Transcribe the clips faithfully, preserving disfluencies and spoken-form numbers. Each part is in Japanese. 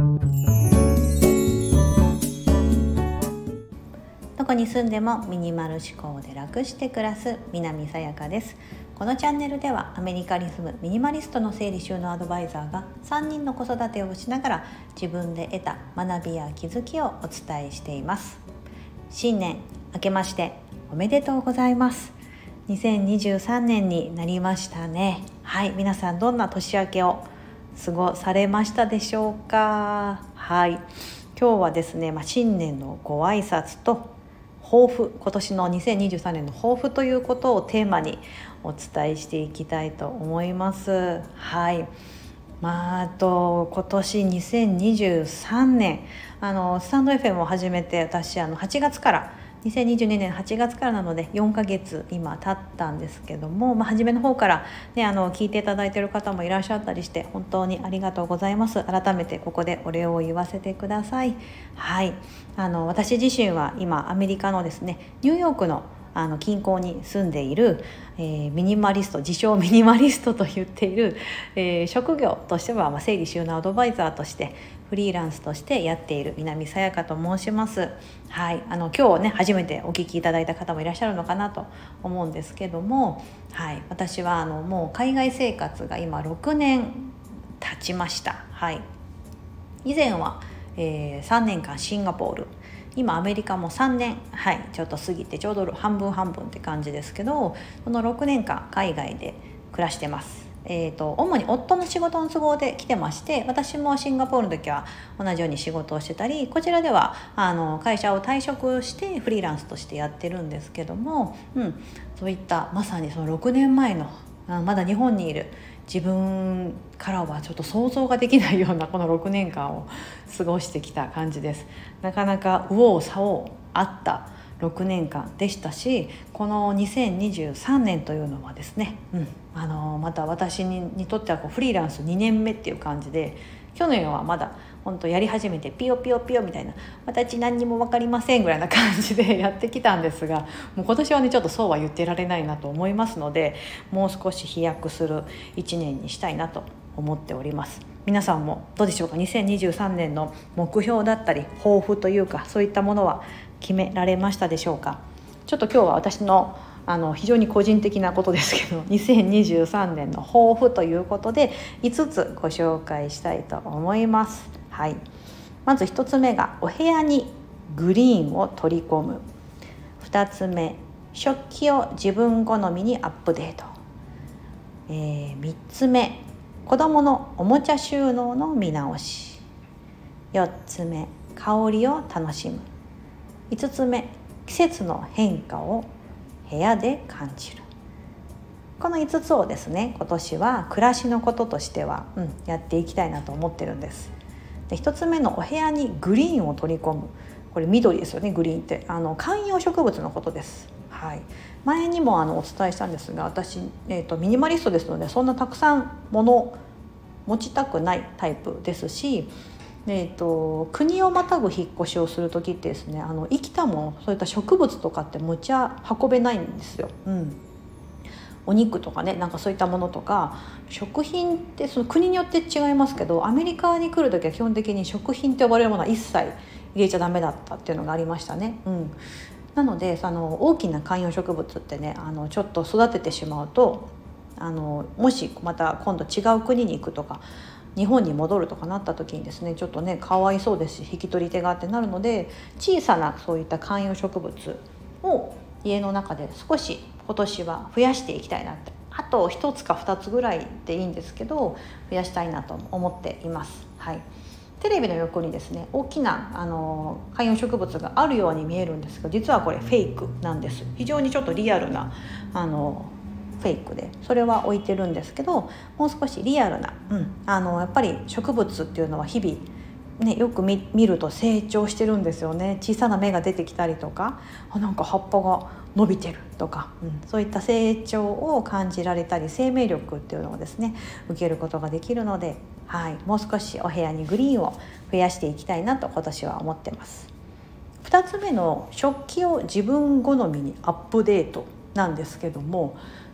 どこに住んでもミニマル思考で楽して暮らす南さやかです。このチャンネルではアメリカに住むミニマリストの整理収納アドバイザーがさんにんの子育てをしながら自分で得た学びや気づきをお伝えしています。新年明けましておめでとうございます。にせんにじゅうさんねんになりましたね。はい、皆さんどんな年明けを過ごされましたでしょうか。はい、今日はですね、まあ、新年のご挨拶と抱負、今年のにせんにじゅうさんねんの抱負ということをテーマにお伝えしていきたいと思います。はい、まあ、あと今年にせんにじゅうさんねんあのスタンド エフエム を始めて、私あのはちがつからにせんにじゅうにねんはちがつからなのでよんかげつ今経ったんですけども、まあ、初めの方から、ね、あの聞いていただいている方もいらっしゃったりして本当にありがとうございます。改めてここでお礼を言わせてください。はい、あの私自身は今アメリカのですねニューヨークのあの近郊に住んでいる、えー、ミニマリスト、自称ミニマリストと言っている、えー、職業としては、まあ、整理収納アドバイザーとしてフリーランスとしてやっている南さやかと申します。はい、あの今日ね初めてお聞きいただいた方もいらっしゃるのかなと思うんですけども、はい、私はあのもう海外生活が今ろくねん経ちました。はい、以前は、えー、さんねんかんシンガポール、今アメリカもさんねん、はい、ちょっと過ぎてちょうど半分半分って感じですけど、このろくねんかん海外で暮らしてます。えーと、主に夫の仕事の都合で来てまして、私もシンガポールの時は同じように仕事をしてたり、こちらではあの会社を退職してフリーランスとしてやってるんですけども、うん、そういったまさにそのろくねんまえのまだ日本にいる自分からはちょっと想像ができないようなこのろくねんかんを過ごしてきた感じです。なかなか右往左往あったろくねんかんでしたし、このにせんにじゅうさんねんというのはですね、うん、あのまた私 に, にとってはこうフリーランスにねんめっていう感じで、去年はまだ本当やり始めてピヨピヨピヨみたいな、私何にも分かりませんぐらいな感じでやってきたんですが、もう今年はねちょっとそうは言ってられないなと思いますので、もう少し飛躍するいちねんにしたいなと思っております。皆さんもどうでしょうか。にせんにじゅうさんねんの目標だったり抱負というか、そういったものは決められましたでしょうか。ちょっと今日は私のあの非常に個人的なことですけど、にせんにじゅうさんねんの抱負ということでいつつご紹介したいと思います。はい、まずひとつめがお部屋にグリーンを取り込む。ふたつめ、食器を自分好みにアップデート。えー、みっつめ、子どものおもちゃ収納の見直し。よっつめ、香りを楽しむ。いつつめ、季節の変化を部屋で感じる。このいつつをですね、今年は暮らしのこととしては、うん、やっていきたいなと思ってるんです。で、ひとつめのお部屋にグリーンを取り込む。これ緑ですよね。グリーンってあの観葉植物のことです。はい、前にもあのお伝えしたんですが、私、えーと、ミニマリストですのでそんなたくさん物を持ちたくないタイプですし、えーと、国をまたぐ引っ越しをする時ってですね、あの生きたもの、そういった植物とかって持ち運べないんですよ。うん、お肉とかね、なんかそういったものとか食品ってその国によって違いますけど、アメリカに来る時は基本的に食品と呼ばれるものは一切入れちゃダメだったっていうのがありましたね。うん、なのでその大きな観葉植物ってね、あのちょっと育ててしまうと、あのもしまた今度違う国に行くとか日本に戻るとかなった時にですね、ちょっとねかわいそうですし、引き取り手がってなるので、小さなそういった観葉植物を家の中で少し今年は増やしていきたいなって、あとひとつかふたつぐらいでいいんですけど増やしたいなと思っています。はい、テレビの横にですね大きなあの観葉植物があるように見えるんですが、実はこれフェイクなんです。非常にちょっとリアルなあのフェイクで、それは置いてるんですけど、もう少しリアルな、うん、あのやっぱり植物っていうのは日々ね、よく 見, 見ると成長してるんですよね。小さな芽が出てきたりとか、あ、なんか葉っぱが伸びてるとか、うん、そういった成長を感じられたり、生命力っていうのをですね受けることができるので、はい、もう少しお部屋にグリーンを増やしていきたいなと今年は思ってます。ふたつめの食器を自分好みにアップデートなんですけども、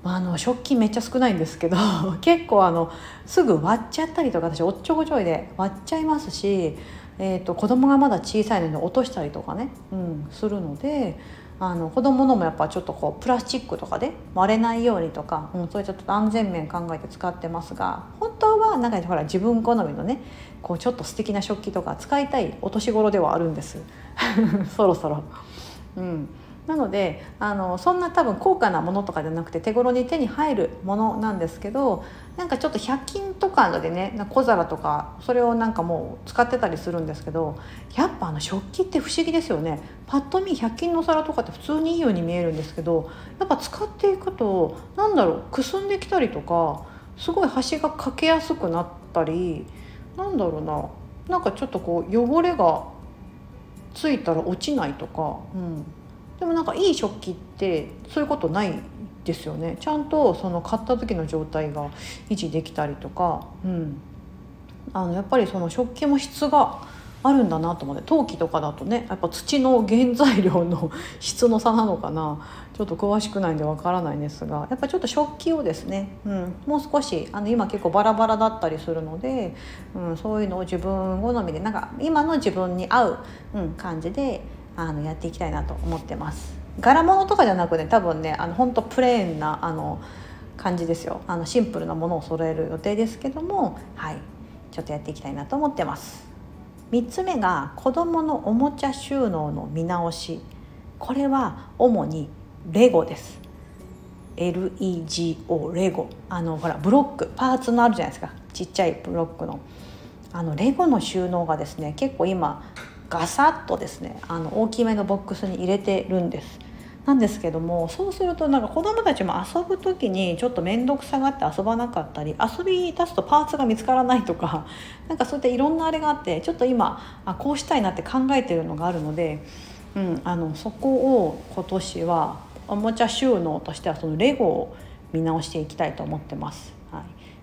あの食器めっちゃ少ないんですけど結構あのすぐ割っちゃったりとか、私おっちょこちょいで割っちゃいますし、えー、と子供がまだ小さいので落としたりとかね、うん、するので、あの子供のもやっぱちょっとこうプラスチックとかで割れないようにとか、うん、そういうちょっと安全面考えて使ってますが、本当はなんかほら自分好みのねこうちょっと素敵な食器とか使いたいお年頃ではあるんですそろそろ、うん、なのであのそんな多分高価なものとかじゃなくて手頃に手に入るものなんですけど、なんかちょっとひゃく均とかでね小皿とかそれをなんかもう使ってたりするんですけど、やっぱあの食器って不思議ですよね。パッと見ひゃく均の皿とかって普通にいいように見えるんですけど、やっぱ使っていくとなんだろう、くすんできたりとか、すごい端がかけやすくなったり、なんだろうな、なんかちょっとこう汚れがついたら落ちないとか、うん、でもなんかいい食器ってそういうことないですよね。ちゃんとその買った時の状態が維持できたりとか、うん、あのやっぱりその食器も質があるんだなと思って、陶器とかだとねやっぱ土の原材料の質の差なのかな、ちょっと詳しくないんでわからないんですが、やっぱちょっと食器をですね、うん、もう少しあの今結構バラバラだったりするので、うん、そういうのを自分好みでなんか今の自分に合う、うん、感じであのやっていきたいなと思ってます。柄物とかじゃなくね、多分ねあの本当プレーンなあの感じですよ。あのシンプルなものを揃える予定ですけども、はいちょっとやっていきたいなと思ってます。みっつめが子どものおもちゃ収納の見直し。これは主にレゴです。 レゴ レゴ、あのほらブロックパーツのあるじゃないですか、ちっちゃいブロックのあのレゴの収納がですね、結構今ガサッとですねあの大きめのボックスに入れてるんです。なんですけども、そうするとなんか子どもたちも遊ぶ時にちょっと面倒くさがって遊ばなかったり、遊び出すとパーツが見つからないとか、なんかそういったいろんなあれがあって、ちょっと今あこうしたいなって考えてるのがあるので、うん、あのそこを今年はおもちゃ収納としてはそのレゴを見直していきたいと思ってます。はい、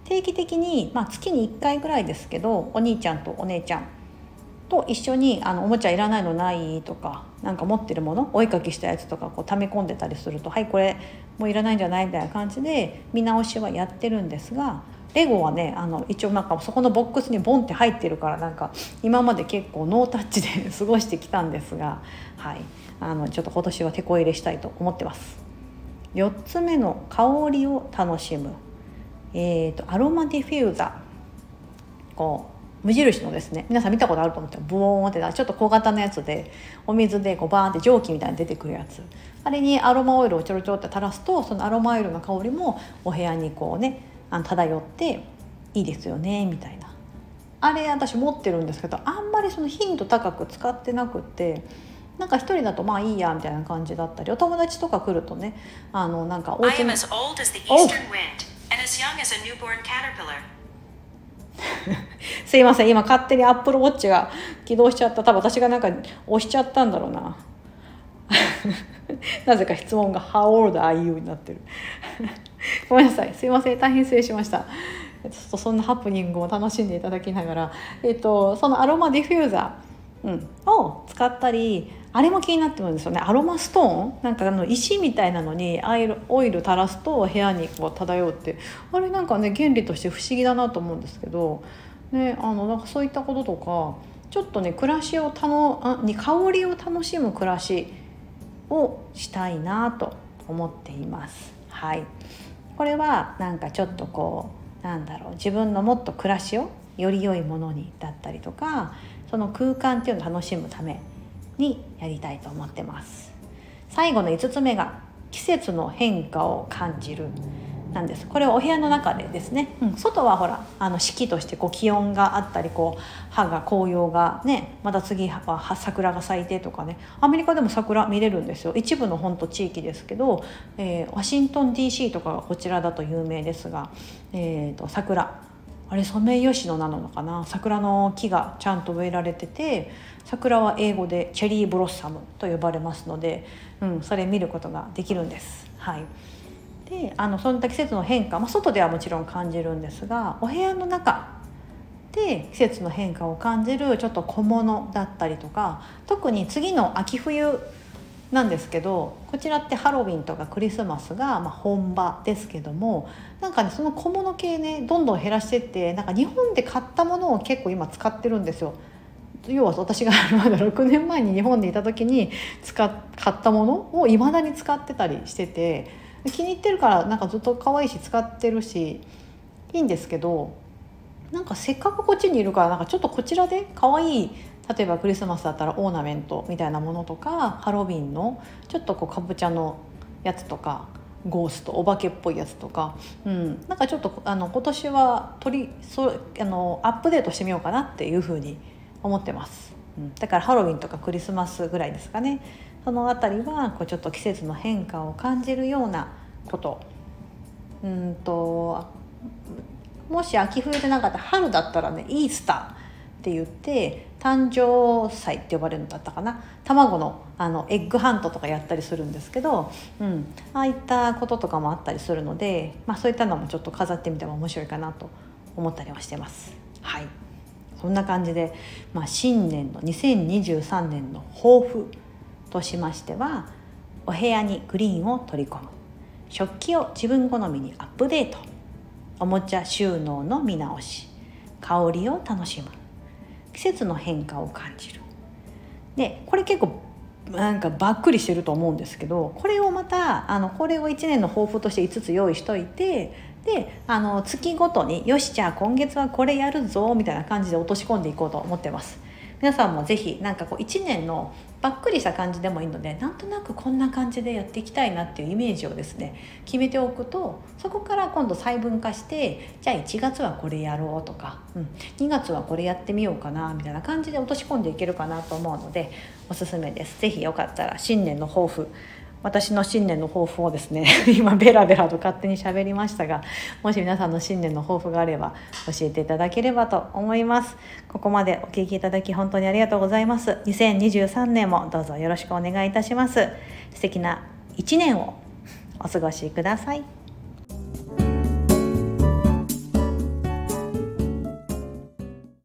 定期的に、まあ、月にいっかいぐらいですけど、お兄ちゃんとお姉ちゃんと一緒にあのおもちゃいらないのないとか、なんか持ってるものお絵かきしたやつとかこう溜め込んでたりすると、はいこれもういらないんじゃないみたいな感じで見直しはやってるんですが、レゴはねあの一応なんかそこのボックスにボンって入ってるから、なんか今まで結構ノータッチで過ごしてきたんですが、はいあのちょっと今年は手こ入れしたいと思ってます。よっつめの香りを楽しむ、えーと、アロマディフューザー、こう無印のですね、皆さん見たことあると思って、ブオーンってちょっと小型のやつでお水でこうバーンって蒸気みたいに出てくるやつ、あれにアロマオイルをちょろちょろって垂らすと、そのアロマオイルの香りもお部屋にこうねあの漂っていいですよねみたいな、あれ私持ってるんですけど、あんまりその頻度高く使ってなくって、なんか一人だとまあいいやみたいな感じだったり、お友達とか来るとね、あのなんかお家に I am as old as the eastern wind and as young as a newborn caterpillar すいません、今勝手にアップルウォッチが起動しちゃった。多分私がなんか押しちゃったんだろうななぜか質問が How old are you? になってるごめんなさい、すいません、大変失礼しました。ちょっとそんなハプニングを楽しんでいただきながら、えーと、そのアロマディフューザー、うん、を使ったり、あれも気になってるんですよね。アロマストーン、なんかあの石みたいなのにオイル、オイル垂らすと部屋にこう漂うって、あれなんかね原理として不思議だなと思うんですけど、ね、あのなんかそういったこととか、ちょっとね暮らしをたのあに香りを楽しむ暮らしをしたいなと思っています。はい、これはなんかちょっとこうなんだろう、自分のもっと暮らしをより良いものにだったりとか、その空間っていうのを楽しむためにやりたいと思ってます。最後のいつつめが季節の変化を感じるなんです。これはお部屋の中でですね、うん、外はほらあの四季としてこう気温があったり、こう葉が紅葉がね、また次は桜が咲いてとかね、アメリカでも桜見れるんですよ。一部の本当地域ですけど、えー、ワシントン ディーシー とかがこちらだと有名ですが、えーと、桜あれソメイヨシノなのかな、桜の木がちゃんと植えられてて、桜は英語でチェリーブロッサムと呼ばれますので、うん、それ見ることができるんです。はい、であのそういった季節の変化、まあ、外ではもちろん感じるんですが、お部屋の中で季節の変化を感じるちょっと小物だったりとか、特に次の秋冬なんですけど、こちらってハロウィンとかクリスマスがまあ本場ですけども、なんかねその小物系ねどんどん減らしてって、なんか日本で買ったものを結構今使ってるんですよ。要は私がまだろくねんまえに日本にいた時に使っ買ったものをいまだに使ってたりしてて、気に入ってるからなんかずっと可愛いし使ってるしいいんですけど、なんかせっかくこっちにいるからなんかちょっとこちらで可愛い、例えばクリスマスだったらオーナメントみたいなものとか、ハロウィンのちょっとこうかぼちゃのやつとか、ゴーストお化けっぽいやつとか、うん、なんかちょっとあの今年は取りそあのアップデートしてみようかなっていうふうに思ってます、うん、だからハロウィンとかクリスマスぐらいですかね。そのあたりはこうちょっと季節の変化を感じるようなこと、うんともし秋冬でなかったら春だったらね、イースターって言って誕生祭って呼ばれるのだったかな、卵のあのエッグハントとかやったりするんですけど、うん、ああいったこととかもあったりするので、まあ、そういったのもちょっと飾ってみても面白いかなと思ったりはしてます。はい、そんな感じで、まあ、新年のにせんにじゅうさんねんの抱負としましては、お部屋にグリーンを取り込む、食器を自分好みにアップデート、おもちゃ収納の見直し、香りを楽しむ、季節の変化を感じる。でこれ結構なんかばっくりしてると思うんですけど、これをまたあのこれをいちねんの抱負としていつつ用意しといて、であの月ごとによしじゃあ今月はこれやるぞみたいな感じで落とし込んでいこうと思ってます。皆さんもぜひなんかこういちねんのばっくりした感じでもいいので、なんとなくこんな感じでやっていきたいなっていうイメージをですね決めておくと、そこから今度細分化して、じゃあいちがつはこれやろうとか、うん、にがつはこれやってみようかなみたいな感じで落とし込んでいけるかなと思うのでおすすめです。ぜひよかったら新年の抱負、私の新年の抱負をですね今ベラベラと勝手に喋りましたが、もし皆さんの新年の抱負があれば教えていただければと思います。ここまでお聞きいただき本当にありがとうございます。にせんにじゅうさんねんもどうぞよろしくお願いいたします。素敵ないちねんをお過ごしください。